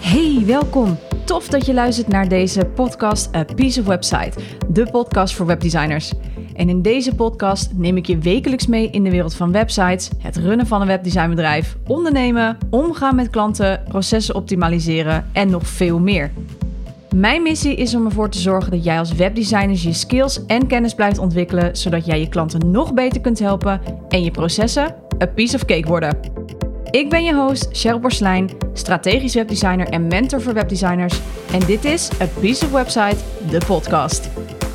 Hey, welkom. Tof dat je luistert naar deze podcast A Piece of Website, de podcast voor webdesigners. En in deze podcast neem ik je wekelijks mee in de wereld van websites, het runnen van een webdesignbedrijf, ondernemen, omgaan met klanten, processen optimaliseren en nog veel meer. Mijn missie is om ervoor te zorgen dat jij als webdesigner je skills en kennis blijft ontwikkelen, zodat jij je klanten nog beter kunt helpen en je processen a piece of cake worden. Ik ben je host, Cheryl Borslijn, strategisch webdesigner en mentor voor webdesigners. En dit is A Piece of Website, de podcast.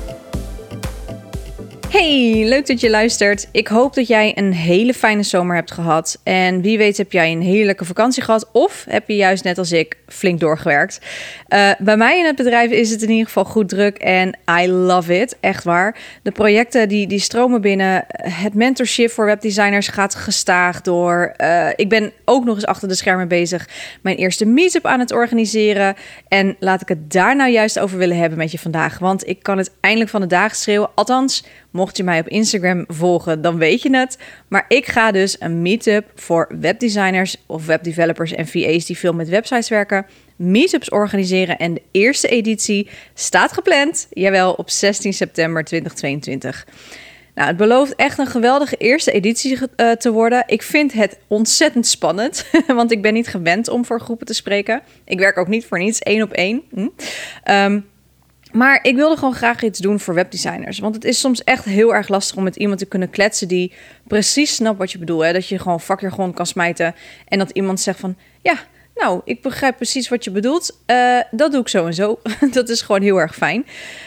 Hey, leuk dat je luistert. Ik hoop dat jij een hele fijne zomer hebt gehad. En wie weet heb jij een heerlijke vakantie gehad of heb je juist net als ik flink doorgewerkt. Bij mij in het bedrijf is het in ieder geval goed druk en I love it, echt waar. De projecten die stromen binnen. Het mentorship voor webdesigners gaat gestaag door. Ik ben ook nog eens achter de schermen bezig mijn eerste meetup aan het organiseren. En laat ik het daar nou juist over willen hebben met je vandaag. Want ik kan het eindelijk van de dagen schreeuwen. Althans, mocht je mij op Instagram volgen, dan weet je het. Maar ik ga dus een meetup voor webdesigners of webdevelopers en VA's die veel met websites werken, meetups organiseren. En de eerste editie staat gepland, jawel, op 16 september 2022. Nou, het belooft echt een geweldige eerste editie te worden. Ik vind het ontzettend spannend, want ik ben niet gewend om voor groepen te spreken. Ik werk ook niet voor niets 1-op-1. Maar ik wilde gewoon graag iets doen voor webdesigners. Want het is soms echt heel erg lastig om met iemand te kunnen kletsen die precies snapt wat je bedoelt. Hè? Dat je gewoon vakjargon kan smijten en dat iemand zegt van, ja, nou, ik begrijp precies wat je bedoelt. Dat doe ik zo en zo. Dat is gewoon heel erg fijn.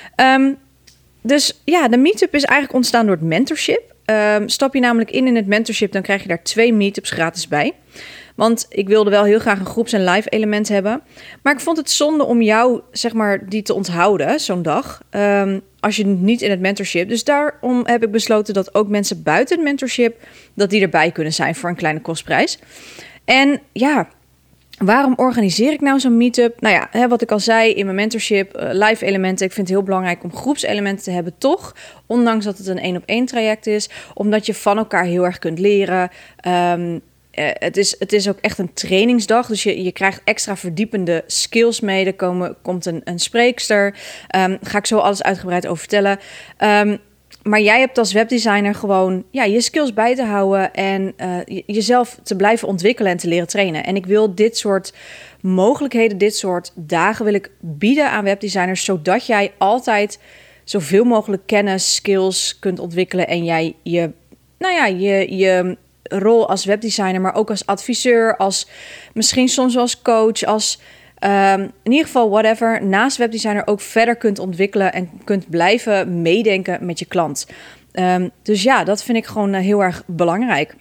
Dus ja, de meetup is eigenlijk ontstaan door het mentorship. Stap je namelijk in het mentorship, dan krijg je daar 2 meetups gratis bij. Want ik wilde wel heel graag een groeps- en live element hebben. Maar ik vond het zonde om jou, zeg maar, die te onthouden, zo'n dag. Als je niet in het mentorship. Dus daarom heb ik besloten dat ook mensen buiten het mentorship, dat die erbij kunnen zijn voor een kleine kostprijs. En ja, waarom organiseer ik nou zo'n meetup? Nou ja, wat ik al zei in mijn mentorship, live elementen. Ik vind het heel belangrijk om groepselementen te hebben, toch? Ondanks dat het een 1-op-1 traject is. Omdat je van elkaar heel erg kunt leren. Het is ook echt een trainingsdag, dus je krijgt extra verdiepende skills mee. Er komt een spreekster, ga ik zo alles uitgebreid over vertellen. Maar jij hebt als webdesigner gewoon je skills bij te houden en jezelf te blijven ontwikkelen en te leren trainen. En ik wil dit soort mogelijkheden, dit soort dagen wil ik bieden aan webdesigners, zodat jij altijd zoveel mogelijk kennis, skills kunt ontwikkelen en jij je rol als webdesigner, maar ook als adviseur, als misschien soms wel als coach, als in ieder geval whatever, naast webdesigner ook verder kunt ontwikkelen en kunt blijven meedenken met je klant. Dus ja, dat vind ik gewoon heel erg belangrijk.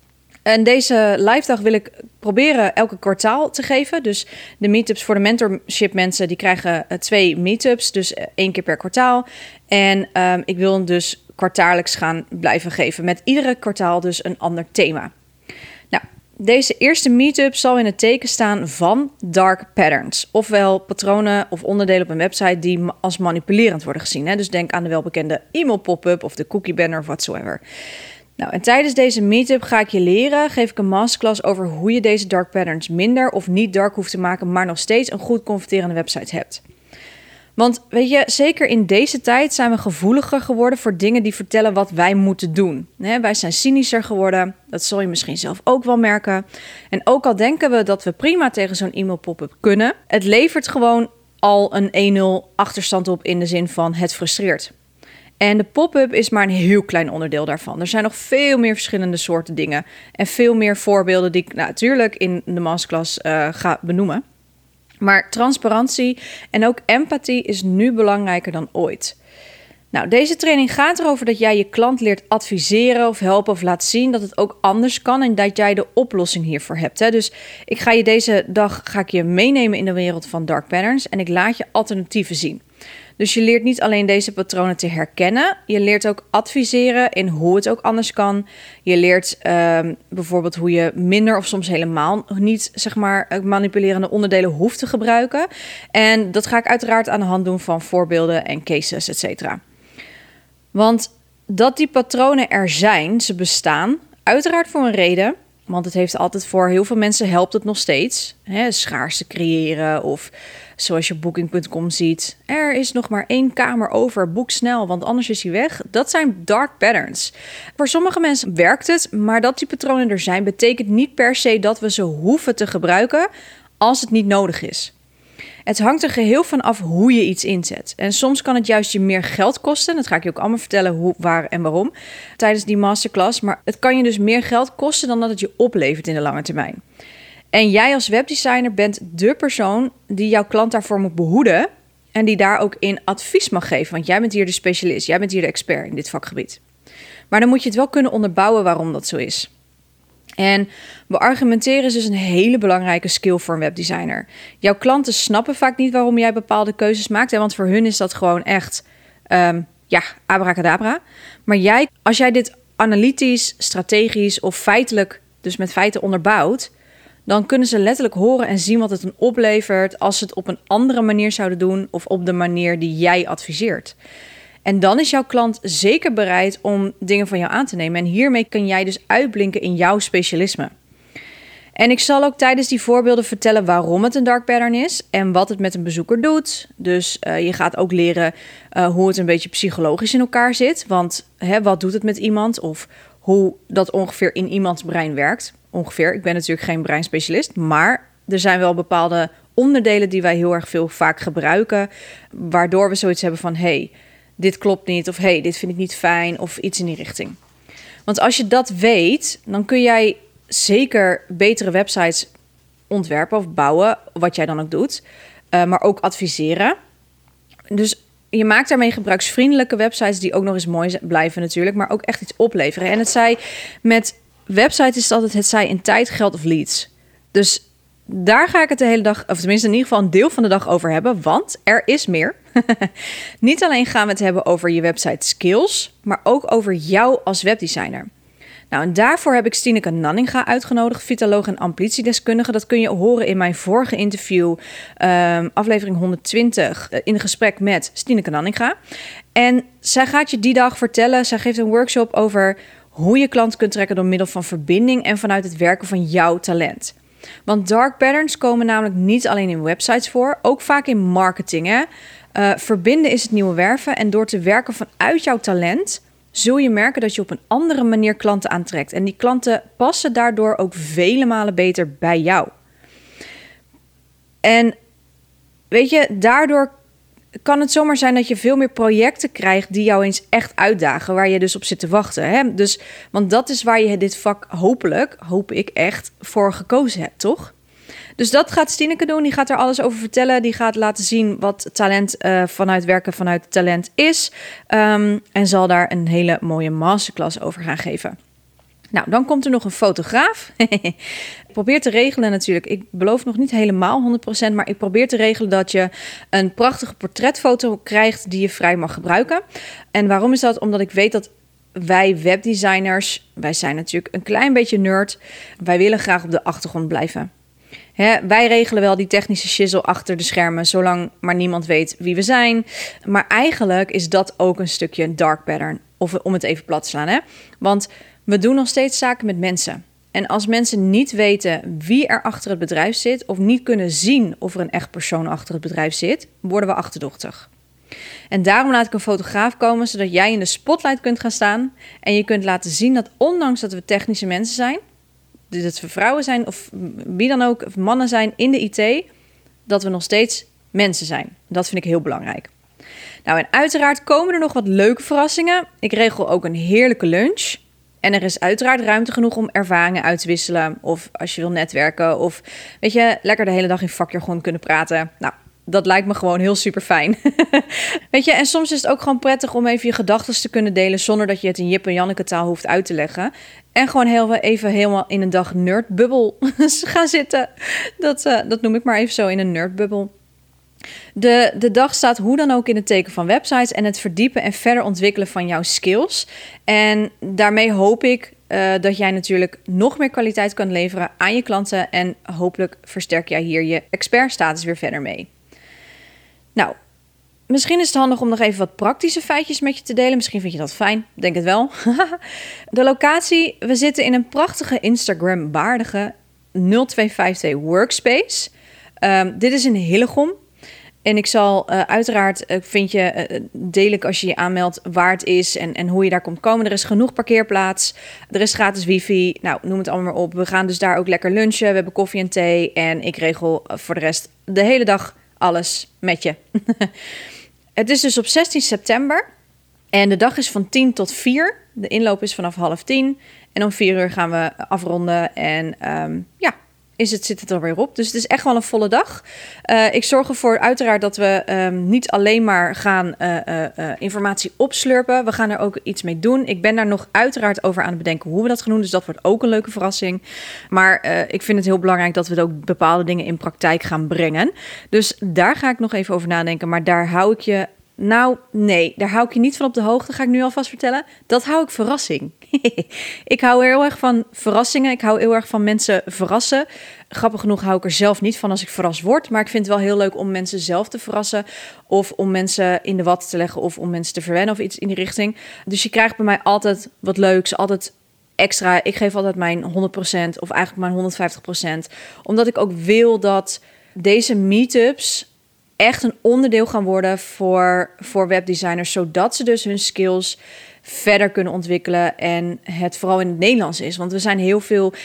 En deze live dag wil ik proberen elke kwartaal te geven. Dus de meetups voor de mentorship mensen, die krijgen 2 meetups, dus 1 keer per kwartaal. En ik wil dus kwartaallijks gaan blijven geven. Met iedere kwartaal dus een ander thema. Nou, deze eerste meetup zal in het teken staan van dark patterns. Ofwel patronen of onderdelen op een website die als manipulerend worden gezien. Hè? Dus denk aan de welbekende e-mail pop-up of de cookie banner of whatsoever. Nou, en tijdens deze meetup ga ik je leren, geef ik een masterclass over hoe je deze dark patterns minder of niet dark hoeft te maken, maar nog steeds een goed converterende website hebt. Want weet je, zeker in deze tijd zijn we gevoeliger geworden voor dingen die vertellen wat wij moeten doen. Wij zijn cynischer geworden, dat zul je misschien zelf ook wel merken. En ook al denken we dat we prima tegen zo'n e-mail pop-up kunnen, het levert gewoon al een 1-0 achterstand op in de zin van het frustreert. En de pop-up is maar een heel klein onderdeel daarvan. Er zijn nog veel meer verschillende soorten dingen en veel meer voorbeelden die ik natuurlijk in de masterclass ga benoemen. Maar transparantie en ook empathie is nu belangrijker dan ooit. Nou, deze training gaat erover dat jij je klant leert adviseren of helpen of laat zien dat het ook anders kan en dat jij de oplossing hiervoor hebt. Hè? Dus deze dag ga ik je meenemen in de wereld van dark patterns en ik laat je alternatieven zien. Dus je leert niet alleen deze patronen te herkennen, je leert ook adviseren in hoe het ook anders kan. Je leert bijvoorbeeld hoe je minder of soms helemaal niet, zeg maar, manipulerende onderdelen hoeft te gebruiken. En dat ga ik uiteraard aan de hand doen van voorbeelden en cases, et cetera. Want dat die patronen er zijn, ze bestaan, uiteraard voor een reden. Want het heeft altijd voor heel veel mensen helpt het nog steeds. Schaarste creëren of zoals je op Booking.com ziet. Er is nog maar 1 kamer over, boek snel, want anders is hij weg. Dat zijn dark patterns. Voor sommige mensen werkt het, maar dat die patronen er zijn betekent niet per se dat we ze hoeven te gebruiken als het niet nodig is. Het hangt er geheel van af hoe je iets inzet. En soms kan het juist je meer geld kosten. Dat ga ik je ook allemaal vertellen hoe, waar en waarom tijdens die masterclass. Maar het kan je dus meer geld kosten dan dat het je oplevert in de lange termijn. En jij als webdesigner bent de persoon die jouw klant daarvoor moet behoeden. En die daar ook in advies mag geven. Want jij bent hier de specialist. Jij bent hier de expert in dit vakgebied. Maar dan moet je het wel kunnen onderbouwen waarom dat zo is. En beargumenteren is dus een hele belangrijke skill voor een webdesigner. Jouw klanten snappen vaak niet waarom jij bepaalde keuzes maakt. Want voor hun is dat gewoon echt, abracadabra. Maar als jij dit analytisch, strategisch of feitelijk, dus met feiten onderbouwt, dan kunnen ze letterlijk horen en zien wat het hen oplevert als ze het op een andere manier zouden doen of op de manier die jij adviseert. En dan is jouw klant zeker bereid om dingen van jou aan te nemen. En hiermee kan jij dus uitblinken in jouw specialisme. En ik zal ook tijdens die voorbeelden vertellen waarom het een dark pattern is en wat het met een bezoeker doet. Dus je gaat ook leren hoe het een beetje psychologisch in elkaar zit. Want wat doet het met iemand of hoe dat ongeveer in iemands brein werkt. Ongeveer, ik ben natuurlijk geen breinspecialist, maar er zijn wel bepaalde onderdelen die wij heel erg vaak gebruiken, waardoor we zoiets hebben van dit klopt niet of dit vind ik niet fijn of iets in die richting. Want als je dat weet, dan kun jij zeker betere websites ontwerpen of bouwen, wat jij dan ook doet, maar ook adviseren. Dus je maakt daarmee gebruiksvriendelijke websites die ook nog eens mooi blijven natuurlijk, maar ook echt iets opleveren. En het zij met websites is het altijd het zij in tijd, geld of leads. Dus daar ga ik het de hele dag, of tenminste in ieder geval een deel van de dag over hebben, want er is meer. Niet alleen gaan we het hebben over je website skills, maar ook over jou als webdesigner. Nou, en daarvoor heb ik Stineke Nanninga uitgenodigd, vitaloog en ambitiedeskundige. Dat kun je horen in mijn vorige interview, aflevering 120, in gesprek met Stineke Nanninga. En zij gaat je die dag vertellen, zij geeft een workshop over hoe je klant kunt trekken door middel van verbinding en vanuit het werken van jouw talent. Want dark patterns komen namelijk niet alleen in websites voor, ook vaak in marketing. Verbinden is het nieuwe werven en door te werken vanuit jouw talent zul je merken dat je op een andere manier klanten aantrekt. En die klanten passen daardoor ook vele malen beter bij jou. En weet je, daardoor kan het zomaar zijn dat je veel meer projecten krijgt die jou eens echt uitdagen, waar je dus op zit te wachten. Dus, want dat is waar je dit vak hoop ik echt, voor gekozen hebt, toch? Dus dat gaat Stineke doen. Die gaat er alles over vertellen. Die gaat laten zien wat talent vanuit talent is. En zal daar een hele mooie masterclass over gaan geven. Nou, dan komt er nog een fotograaf. Ik probeer te regelen natuurlijk. Ik beloof nog niet helemaal 100%, maar ik probeer te regelen dat je een prachtige portretfoto krijgt die je vrij mag gebruiken. En waarom is dat? Omdat ik weet dat wij webdesigners, wij zijn natuurlijk een klein beetje nerd. Wij willen graag op de achtergrond blijven. Wij regelen wel die technische shizzle achter de schermen, zolang maar niemand weet wie we zijn. Maar eigenlijk is dat ook een stukje dark pattern, of om het even plat te slaan. Want we doen nog steeds zaken met mensen. En als mensen niet weten wie er achter het bedrijf zit, of niet kunnen zien of er een echt persoon achter het bedrijf zit, worden we achterdochtig. En daarom laat ik een fotograaf komen, zodat jij in de spotlight kunt gaan staan en je kunt laten zien dat ondanks dat we technische mensen zijn, dat we vrouwen zijn of wie dan ook, of mannen zijn in de IT, dat we nog steeds mensen zijn. Dat vind ik heel belangrijk. Nou, en uiteraard komen er nog wat leuke verrassingen. Ik regel ook een heerlijke lunch. En er is uiteraard ruimte genoeg om ervaringen uit te wisselen. Of als je wil netwerken. Of weet je, lekker de hele dag in vakjargon kunnen praten. Nou, dat lijkt me gewoon heel super fijn. Weet je, en soms is het ook gewoon prettig om even je gedachten te kunnen delen zonder dat je het in Jip en Janneke taal hoeft uit te leggen. En gewoon even helemaal in een dag nerdbubbel gaan zitten. Dat noem ik maar even zo, in een nerdbubbel. De dag staat hoe dan ook in het teken van websites en het verdiepen en verder ontwikkelen van jouw skills. En daarmee hoop ik dat jij natuurlijk nog meer kwaliteit kan leveren aan je klanten. En hopelijk versterk jij hier je expertstatus weer verder mee. Nou, Misschien is het handig om nog even wat praktische feitjes met je te delen. Misschien vind je dat fijn, denk het wel. De locatie, we zitten in een prachtige Instagram-waardige 0252 workspace. Dit is in Hillegom. En ik zal uiteraard, deel ik als je je aanmeldt waar het is en hoe je daar komt komen. Er is genoeg parkeerplaats, er is gratis wifi, nou noem het allemaal maar op. We gaan dus daar ook lekker lunchen, we hebben koffie en thee en ik regel voor de rest de hele dag alles met je. Het is dus op 16 september en de dag is van 10 tot 4. De inloop is vanaf 9:30 en om 4 uur gaan we afronden en zit het er weer op. Dus het is echt wel een volle dag. Ik zorg ervoor uiteraard dat we niet alleen maar gaan informatie opslurpen. We gaan er ook iets mee doen. Ik ben daar nog uiteraard over aan het bedenken hoe we dat gaan doen. Dus dat wordt ook een leuke verrassing. Maar ik vind het heel belangrijk dat we ook bepaalde dingen in praktijk gaan brengen. Dus daar ga ik nog even over nadenken. Maar daar hou ik je... Nou, nee, daar hou ik je niet van op de hoogte, ga ik nu alvast vertellen. Dat hou ik verrassing. Ik hou heel erg van verrassingen. Ik hou heel erg van mensen verrassen. Grappig genoeg hou ik er zelf niet van als ik verrast word. Maar ik vind het wel heel leuk om mensen zelf te verrassen. Of om mensen in de watten te leggen. Of om mensen te verwennen of iets in die richting. Dus je krijgt bij mij altijd wat leuks. Altijd extra. Ik geef altijd mijn 100% of eigenlijk mijn 150%. Omdat ik ook wil dat deze meetups echt een onderdeel gaan worden voor webdesigners, zodat ze dus hun skills verder kunnen ontwikkelen en het vooral in het Nederlands is. Want er zijn heel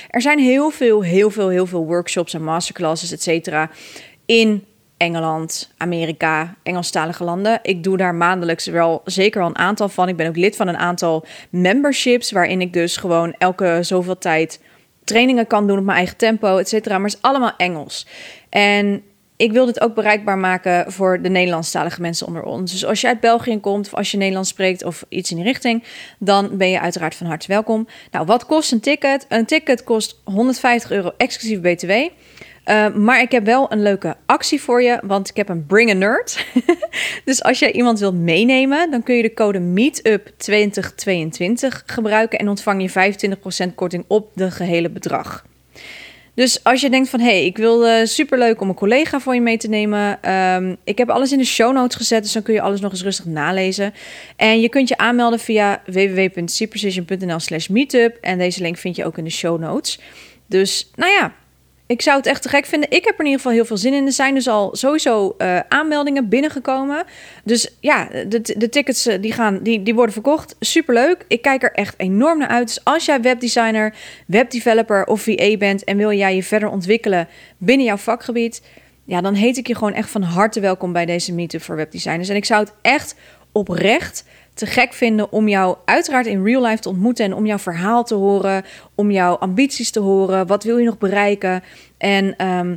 veel workshops en masterclasses, et cetera, in Engeland, Amerika, Engelstalige landen. Ik doe daar maandelijks wel zeker al een aantal van. Ik ben ook lid van een aantal memberships, waarin ik dus gewoon elke zoveel tijd trainingen kan doen op mijn eigen tempo, et cetera. Maar het is allemaal Engels. En ik wil dit ook bereikbaar maken voor de Nederlandstalige mensen onder ons. Dus als je uit België komt of als je Nederlands spreekt of iets in die richting, dan ben je uiteraard van harte welkom. Nou, wat kost een ticket? Een ticket kost €150 exclusief BTW. Maar ik heb wel een leuke actie voor je, want ik heb een Bring a Nerd. Dus als jij iemand wilt meenemen, dan kun je de code MEETUP2022 gebruiken en ontvang je 25% korting op de gehele bedrag. Dus als je denkt van, ik wil superleuk om een collega voor je mee te nemen. Ik heb alles in de show notes gezet, dus dan kun je alles nog eens rustig nalezen. En je kunt je aanmelden via www.cprecision.nl/meetup. En deze link vind je ook in de show notes. Dus, nou ja, ik zou het echt te gek vinden. Ik heb er in ieder geval heel veel zin in. Er zijn dus al sowieso aanmeldingen binnengekomen. Dus ja, de tickets die worden verkocht. Superleuk. Ik kijk er echt enorm naar uit. Dus als jij webdesigner, webdeveloper of VA bent en wil jij je verder ontwikkelen binnen jouw vakgebied, ja, dan heet ik je gewoon echt van harte welkom bij deze meetup voor webdesigners. En ik zou het echt oprecht te gek vinden om jou uiteraard in real life te ontmoeten en om jouw verhaal te horen, om jouw ambities te horen. Wat wil je nog bereiken? En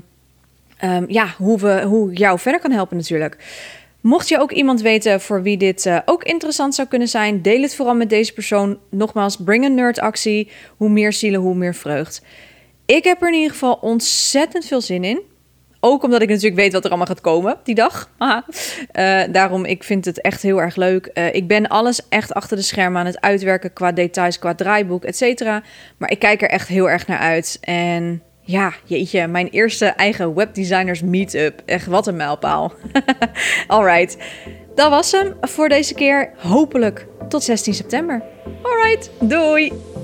hoe ik jou verder kan helpen natuurlijk. Mocht je ook iemand weten voor wie dit ook interessant zou kunnen zijn, deel het vooral met deze persoon. Nogmaals, Bring a Nerd actie. Hoe meer zielen, hoe meer vreugd. Ik heb er in ieder geval ontzettend veel zin in. Ook omdat ik natuurlijk weet wat er allemaal gaat komen die dag. Daarom, ik vind het echt heel erg leuk. Ik ben alles echt achter de schermen aan het uitwerken qua details, qua draaiboek, et cetera. Maar ik kijk er echt heel erg naar uit. En ja, jeetje, mijn eerste eigen webdesigners meetup. Echt, wat een mijlpaal. Alright, dat was hem voor deze keer. Hopelijk tot 16 september. Alright, doei!